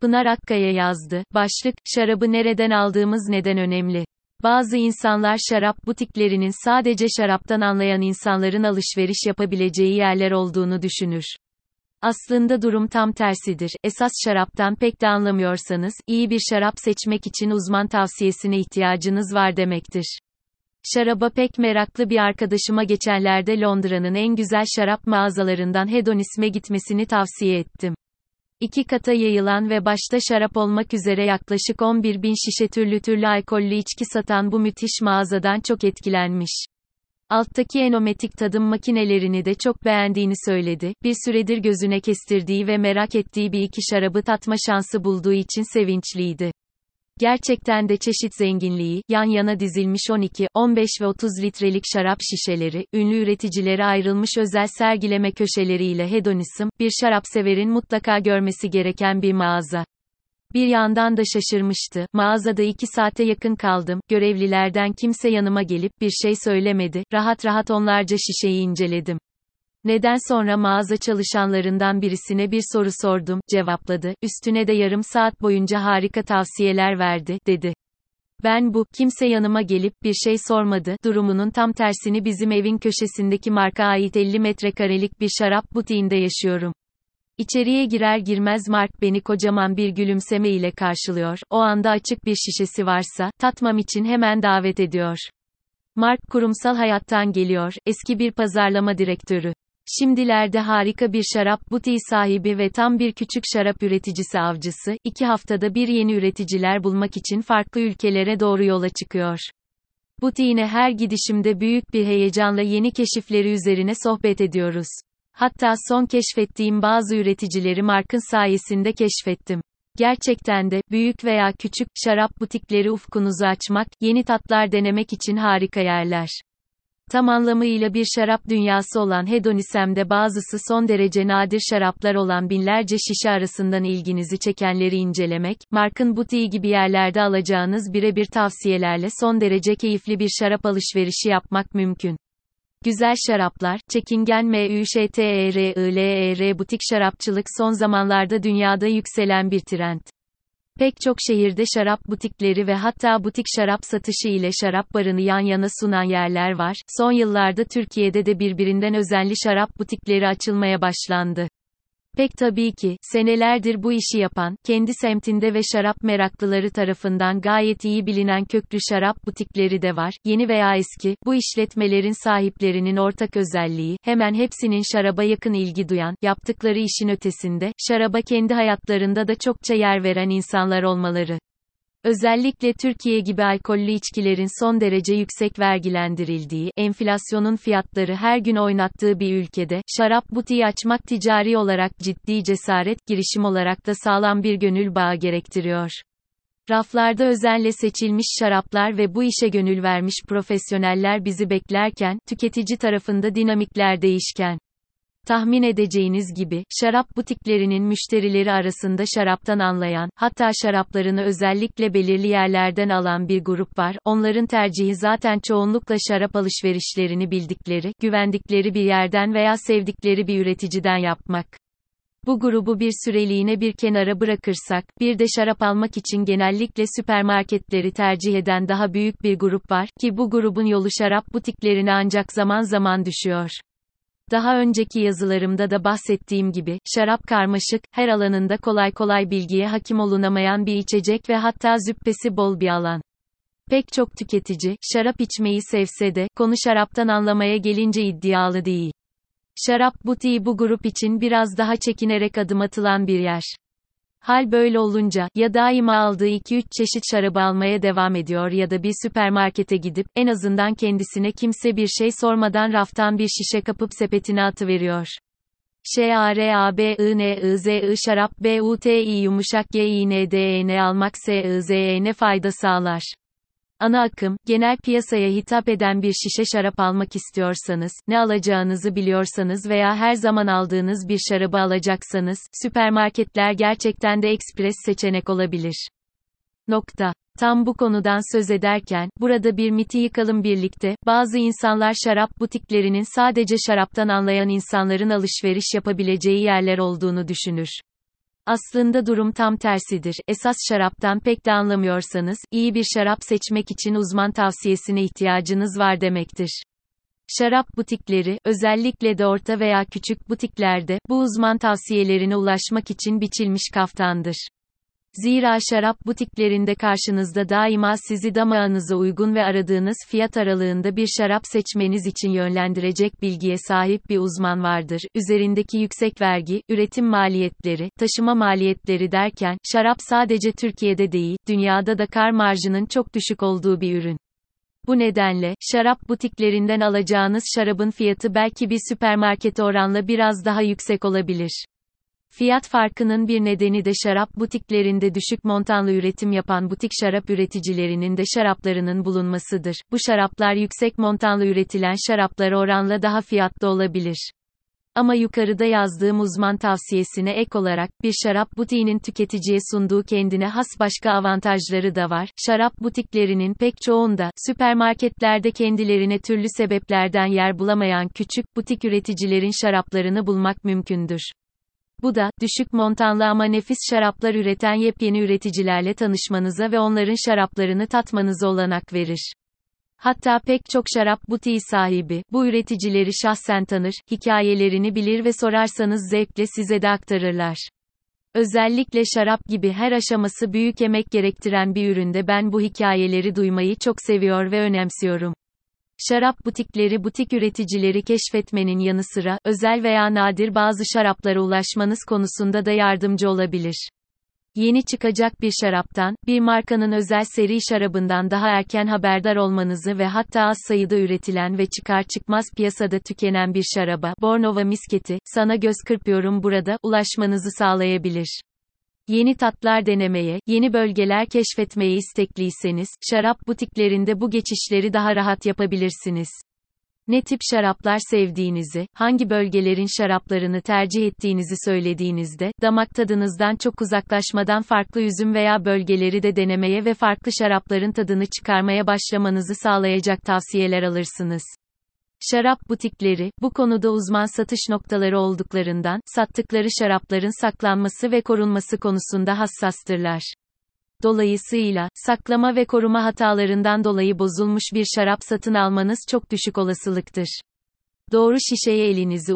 Pınar Akkaya yazdı. Başlık, şarabı nereden aldığımız neden önemli? Bazı insanlar şarap butiklerinin sadece şaraptan anlayan insanların alışveriş yapabileceği yerler olduğunu düşünür. Aslında durum tam tersidir. Esas şaraptan pek de anlamıyorsanız, iyi bir şarap seçmek için uzman tavsiyesine ihtiyacınız var demektir. Şaraba pek meraklı bir arkadaşıma geçenlerde Londra'nın en güzel şarap mağazalarından Hedonism'e gitmesini tavsiye ettim. 2 kata yayılan ve başta şarap olmak üzere yaklaşık 11.000 şişe türlü alkollü içki satan bu müthiş mağazadan çok etkilenmiş. Alttaki enometik tadım makinelerini de çok beğendiğini söyledi. Bir süredir gözüne kestirdiği ve merak ettiği bir iki şarabı tatma şansı bulduğu için sevinçliydi. Gerçekten de çeşit zenginliği, yan yana dizilmiş 12, 15 ve 30 litrelik şarap şişeleri, ünlü üreticilere ayrılmış özel sergileme köşeleriyle Hedonism, bir şarapseverin mutlaka görmesi gereken bir mağaza. Bir yandan da şaşırmıştı. Mağazada 2 saate yakın kaldım. Görevlilerden kimse yanıma gelip bir şey söylemedi. Rahat rahat onlarca şişeyi inceledim. Neden sonra mağaza çalışanlarından birisine bir soru sordum, cevapladı. Üstüne de yarım saat boyunca harika tavsiyeler verdi, dedi. Ben bu, kimse yanıma gelip bir şey sormadı, durumunun tam tersini bizim evin köşesindeki Mark'a ait 50 metrekarelik bir şarap butiğinde yaşıyorum. İçeriye girer girmez Mark beni kocaman bir gülümseme ile karşılıyor, o anda açık bir şişesi varsa, tatmam için hemen davet ediyor. Mark kurumsal hayattan geliyor, eski bir pazarlama direktörü. Şimdilerde harika bir şarap butiği sahibi ve tam bir küçük şarap üreticisi avcısı, 2 haftada bir yeni üreticiler bulmak için farklı ülkelere doğru yola çıkıyor. Butiğine her gidişimde büyük bir heyecanla yeni keşifleri üzerine sohbet ediyoruz. Hatta son keşfettiğim bazı üreticileri Mark'ın sayesinde keşfettim. Gerçekten de, büyük veya küçük, şarap butikleri ufkunuzu açmak, yeni tatlar denemek için harika yerler. Tam anlamıyla bir şarap dünyası olan Hedonism'de bazısı son derece nadir şaraplar olan binlerce şişe arasından ilginizi çekenleri incelemek, Mark'ın butiği gibi yerlerde alacağınız birebir tavsiyelerle son derece keyifli bir şarap alışverişi yapmak mümkün. Güzel şaraplar, çekingen müşteriler butik şarapçılık son zamanlarda dünyada yükselen bir trend. Pek çok şehirde şarap butikleri ve hatta butik şarap satışı ile şarap barını yan yana sunan yerler var. Son yıllarda Türkiye'de de birbirinden özenli şarap butikleri açılmaya başlandı. Pek tabii ki, senelerdir bu işi yapan, kendi semtinde ve şarap meraklıları tarafından gayet iyi bilinen köklü şarap butikleri de var, yeni veya eski, bu işletmelerin sahiplerinin ortak özelliği, hemen hepsinin şaraba yakın ilgi duyan, yaptıkları işin ötesinde, şaraba kendi hayatlarında da çokça yer veren insanlar olmaları. Özellikle Türkiye gibi alkollü içkilerin son derece yüksek vergilendirildiği, enflasyonun fiyatları her gün oynattığı bir ülkede, şarap butiği açmak ticari olarak ciddi cesaret, girişim olarak da sağlam bir gönül bağı gerektiriyor. Raflarda özenle seçilmiş şaraplar ve bu işe gönül vermiş profesyoneller bizi beklerken, tüketici tarafında dinamikler değişken. Tahmin edeceğiniz gibi, şarap butiklerinin müşterileri arasında şaraptan anlayan, hatta şaraplarını özellikle belirli yerlerden alan bir grup var. Onların tercihi zaten çoğunlukla şarap alışverişlerini bildikleri, güvendikleri bir yerden veya sevdikleri bir üreticiden yapmak. Bu grubu bir süreliğine bir kenara bırakırsak, bir de şarap almak için genellikle süpermarketleri tercih eden daha büyük bir grup var, ki bu grubun yolu şarap butiklerine ancak zaman zaman düşüyor. Daha önceki yazılarımda da bahsettiğim gibi, şarap karmaşık, her alanında kolay kolay bilgiye hakim olunamayan bir içecek ve hatta züppesi bol bir alan. Pek çok tüketici, şarap içmeyi sevse de, konu şaraptan anlamaya gelince iddialı değil. Şarap butiği bu grup için biraz daha çekinerek adım atılan bir yer. Hal böyle olunca, ya daima aldığı 2-3 çeşit şarabı almaya devam ediyor ya da bir süpermarkete gidip, en azından kendisine kimse bir şey sormadan raftan bir şişe kapıp sepetine atıveriyor. Şarabinizi şarap butin almak size fayda sağlar. Ana akım, genel piyasaya hitap eden bir şişe şarap almak istiyorsanız, ne alacağınızı biliyorsanız veya her zaman aldığınız bir şarabı alacaksanız, süpermarketler gerçekten de ekspres seçenek olabilir. Tam bu konudan söz ederken, burada bir miti yıkalım birlikte. Bazı insanlar şarap butiklerinin sadece şaraptan anlayan insanların alışveriş yapabileceği yerler olduğunu düşünür. Aslında durum tam tersidir. Esas şaraptan pek de anlamıyorsanız, iyi bir şarap seçmek için uzman tavsiyesine ihtiyacınız var demektir. Şarap butikleri, özellikle de orta veya küçük butiklerde, bu uzman tavsiyelerine ulaşmak için biçilmiş kaftandır. Zira şarap butiklerinde karşınızda daima sizi damağınıza uygun ve aradığınız fiyat aralığında bir şarap seçmeniz için yönlendirecek bilgiye sahip bir uzman vardır. Üzerindeki yüksek vergi, üretim maliyetleri, taşıma maliyetleri derken, şarap sadece Türkiye'de değil, dünyada da kar marjının çok düşük olduğu bir ürün. Bu nedenle, şarap butiklerinden alacağınız şarabın fiyatı belki bir süpermarkete oranla biraz daha yüksek olabilir. Fiyat farkının bir nedeni de şarap butiklerinde düşük montanlı üretim yapan butik şarap üreticilerinin de şaraplarının bulunmasıdır. Bu şaraplar yüksek montanlı üretilen şaraplara oranla daha fiyatlı olabilir. Ama yukarıda yazdığım uzman tavsiyesine ek olarak, bir şarap butiğinin tüketiciye sunduğu kendine has başka avantajları da var. Şarap butiklerinin pek çoğunda, süpermarketlerde kendilerine türlü sebeplerden yer bulamayan küçük butik üreticilerin şaraplarını bulmak mümkündür. Bu da, düşük montanlı ama nefis şaraplar üreten yepyeni üreticilerle tanışmanıza ve onların şaraplarını tatmanıza olanak verir. Hatta pek çok şarap butiği sahibi, bu üreticileri şahsen tanır, hikayelerini bilir ve sorarsanız zevkle size de aktarırlar. Özellikle şarap gibi her aşaması büyük emek gerektiren bir üründe ben bu hikayeleri duymayı çok seviyor ve önemsiyorum. Şarap butikleri butik üreticileri keşfetmenin yanı sıra, özel veya nadir bazı şaraplara ulaşmanız konusunda da yardımcı olabilir. Yeni çıkacak bir şaraptan, bir markanın özel seri şarabından daha erken haberdar olmanızı ve hatta az sayıda üretilen ve çıkar çıkmaz piyasada tükenen bir şaraba, Bornova misketi, sana göz kırpıyorum burada, ulaşmanızı sağlayabilir. Yeni tatlar denemeye, yeni bölgeler keşfetmeye istekliyseniz, şarap butiklerinde bu geçişleri daha rahat yapabilirsiniz. Ne tip şaraplar sevdiğinizi, hangi bölgelerin şaraplarını tercih ettiğinizi söylediğinizde, damak tadınızdan çok uzaklaşmadan farklı üzüm veya bölgeleri de denemeye ve farklı şarapların tadını çıkarmaya başlamanızı sağlayacak tavsiyeler alırsınız. Şarap butikleri, bu konuda uzman satış noktaları olduklarından, sattıkları şarapların saklanması ve korunması konusunda hassastırlar. Dolayısıyla, saklama ve koruma hatalarından dolayı bozulmuş bir şarap satın almanız çok düşük olasılıktır. Doğru şişeye elinizi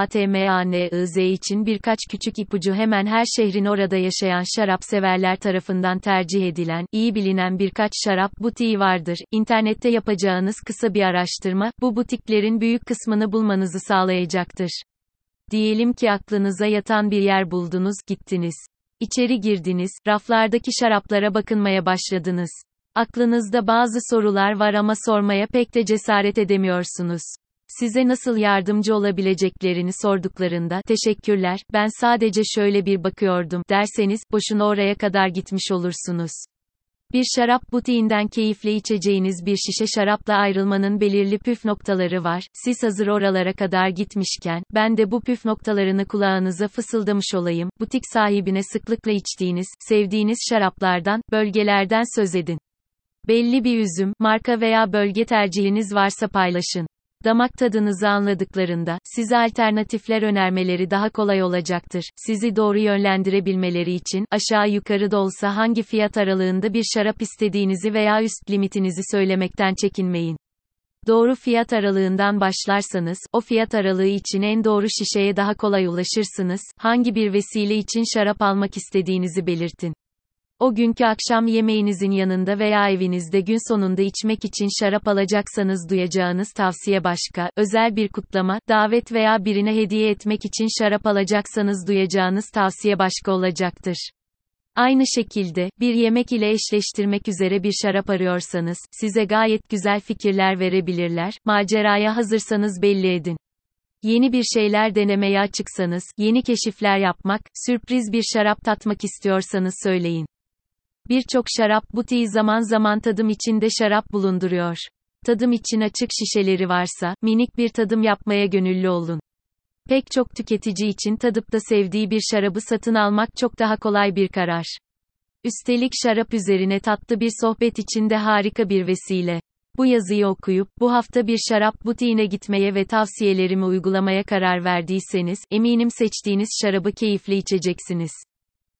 uzatmanız için birkaç küçük ipucu hemen her şehrin orada yaşayan şarap severler tarafından tercih edilen, iyi bilinen birkaç şarap butiği vardır. İnternette yapacağınız kısa bir araştırma, bu butiklerin büyük kısmını bulmanızı sağlayacaktır. Diyelim ki aklınıza yatan bir yer buldunuz, gittiniz. İçeri girdiniz, raflardaki şaraplara bakınmaya başladınız. Aklınızda bazı sorular var ama sormaya pek de cesaret edemiyorsunuz. Size nasıl yardımcı olabileceklerini sorduklarında, teşekkürler, ben sadece şöyle bir bakıyordum, derseniz, boşuna oraya kadar gitmiş olursunuz. Bir şarap butiğinden keyifle içeceğiniz bir şişe şarapla ayrılmanın belirli püf noktaları var. Siz hazır oralara kadar gitmişken, ben de bu püf noktalarını kulağınıza fısıldamış olayım. Butik sahibine sıklıkla içtiğiniz, sevdiğiniz şaraplardan, bölgelerden söz edin. Belli bir üzüm, marka veya bölge tercihiniz varsa paylaşın. Damak tadınızı anladıklarında, size alternatifler önermeleri daha kolay olacaktır. Sizi doğru yönlendirebilmeleri için, aşağı yukarı da olsa hangi fiyat aralığında bir şarap istediğinizi veya üst limitinizi söylemekten çekinmeyin. Doğru fiyat aralığından başlarsanız, o fiyat aralığı için en doğru şişeye daha kolay ulaşırsınız. Hangi bir vesile için şarap almak istediğinizi belirtin. O günkü akşam yemeğinizin yanında veya evinizde gün sonunda içmek için şarap alacaksanız duyacağınız tavsiye başka, özel bir kutlama, davet veya birine hediye etmek için şarap alacaksanız duyacağınız tavsiye başka olacaktır. Aynı şekilde, bir yemek ile eşleştirmek üzere bir şarap arıyorsanız, size gayet güzel fikirler verebilirler. Maceraya hazırsanız belli edin. Yeni bir şeyler denemeye açıksanız, yeni keşifler yapmak, sürpriz bir şarap tatmak istiyorsanız söyleyin. Birçok şarap butiği zaman zaman tadım için de şarap bulunduruyor. Tadım için açık şişeleri varsa, minik bir tadım yapmaya gönüllü olun. Pek çok tüketici için tadıp da sevdiği bir şarabı satın almak çok daha kolay bir karar. Üstelik şarap üzerine tatlı bir sohbet için de harika bir vesile. Bu yazıyı okuyup, bu hafta bir şarap butiğine gitmeye ve tavsiyelerimi uygulamaya karar verdiyseniz, eminim seçtiğiniz şarabı keyifle içeceksiniz.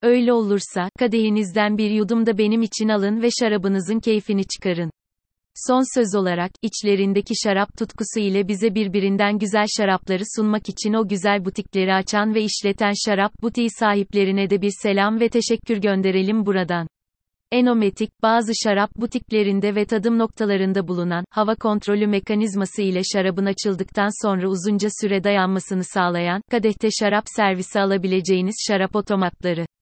Öyle olursa, kadehinizden bir yudum da benim için alın ve şarabınızın keyfini çıkarın. Son söz olarak, içlerindeki şarap tutkusu ile bize birbirinden güzel şarapları sunmak için o güzel butikleri açan ve işleten şarap butiği sahiplerine de bir selam ve teşekkür gönderelim buradan. Enometik, bazı şarap butiklerinde ve tadım noktalarında bulunan, hava kontrolü mekanizması ile şarabın açıldıktan sonra uzunca süre dayanmasını sağlayan, kadehte şarap servisi alabileceğiniz şarap otomatları.